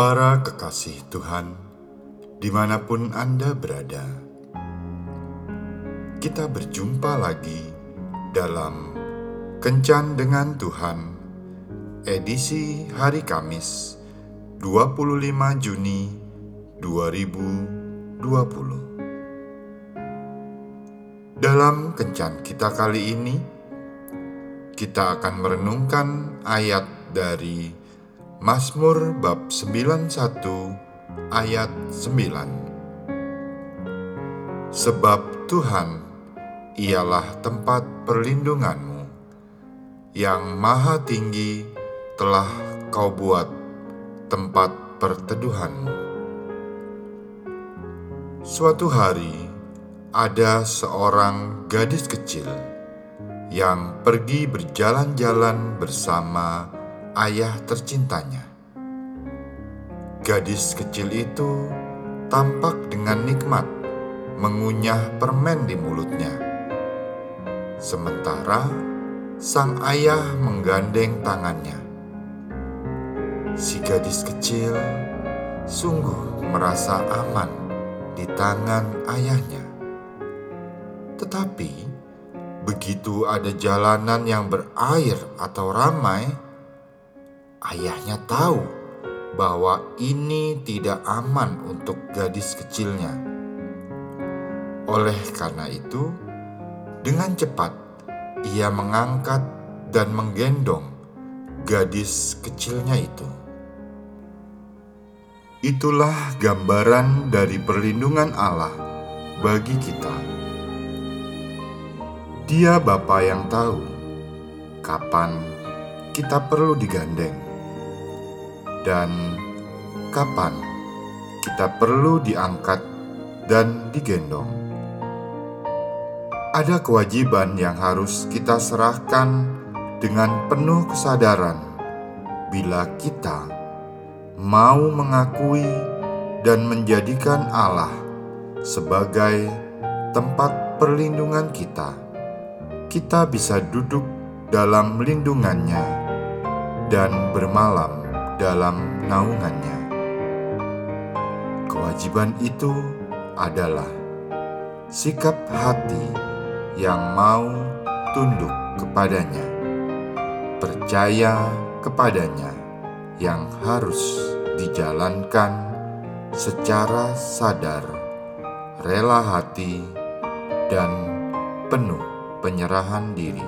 Para kekasih Tuhan, dimanapun Anda berada, kita berjumpa lagi dalam Kencan dengan Tuhan, edisi hari Kamis, 25 Juni 2020. Dalam Kencan kita kali ini, kita akan merenungkan ayat dari Mazmur bab 91 ayat 9. Sebab Tuhan ialah tempat perlindunganmu, yang maha tinggi telah kau buat tempat perteduhanmu. Suatu hari ada seorang gadis kecil yang pergi berjalan-jalan bersama ayah tercintanya. Gadis kecil itu tampak dengan nikmat mengunyah permen di mulutnya, sementara sang ayah menggandeng tangannya. Si gadis kecil sungguh merasa aman di tangan ayahnya. Tetapi begitu ada jalanan yang berair atau ramai, ayahnya tahu bahwa ini tidak aman untuk gadis kecilnya. Oleh karena itu, dengan cepat ia mengangkat dan menggendong gadis kecilnya itu. Itulah gambaran dari perlindungan Allah bagi kita. Dia Bapa yang tahu kapan kita perlu digandeng dan kapan kita perlu diangkat dan digendong. Ada kewajiban yang harus kita serahkan dengan penuh kesadaran bila kita mau mengakui dan menjadikan Allah sebagai tempat perlindungan kita. Kita bisa duduk dalam lindungannya dan bermalam dalam naungannya. Kewajiban itu adalah sikap hati yang mau tunduk kepadanya, percaya kepadanya, yang harus dijalankan secara sadar, rela hati, dan penuh penyerahan diri.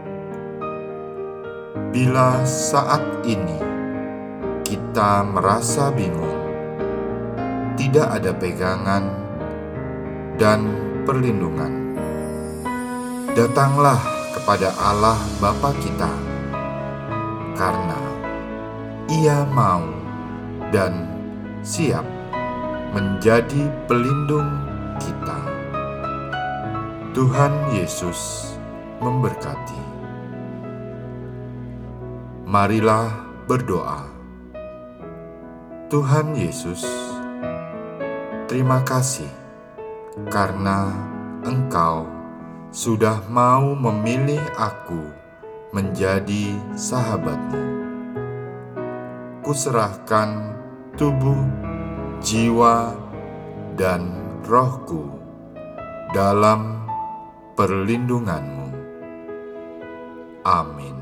Bila saat ini kita merasa bingung, tidak ada pegangan dan perlindungan, datanglah kepada Allah Bapa kita, karena Ia mau dan siap menjadi pelindung kita. Tuhan Yesus memberkati. Marilah berdoa. Tuhan Yesus, terima kasih karena Engkau sudah mau memilih aku menjadi sahabat-Mu. Kuserahkan tubuh, jiwa, dan rohku dalam perlindungan-Mu. Amin.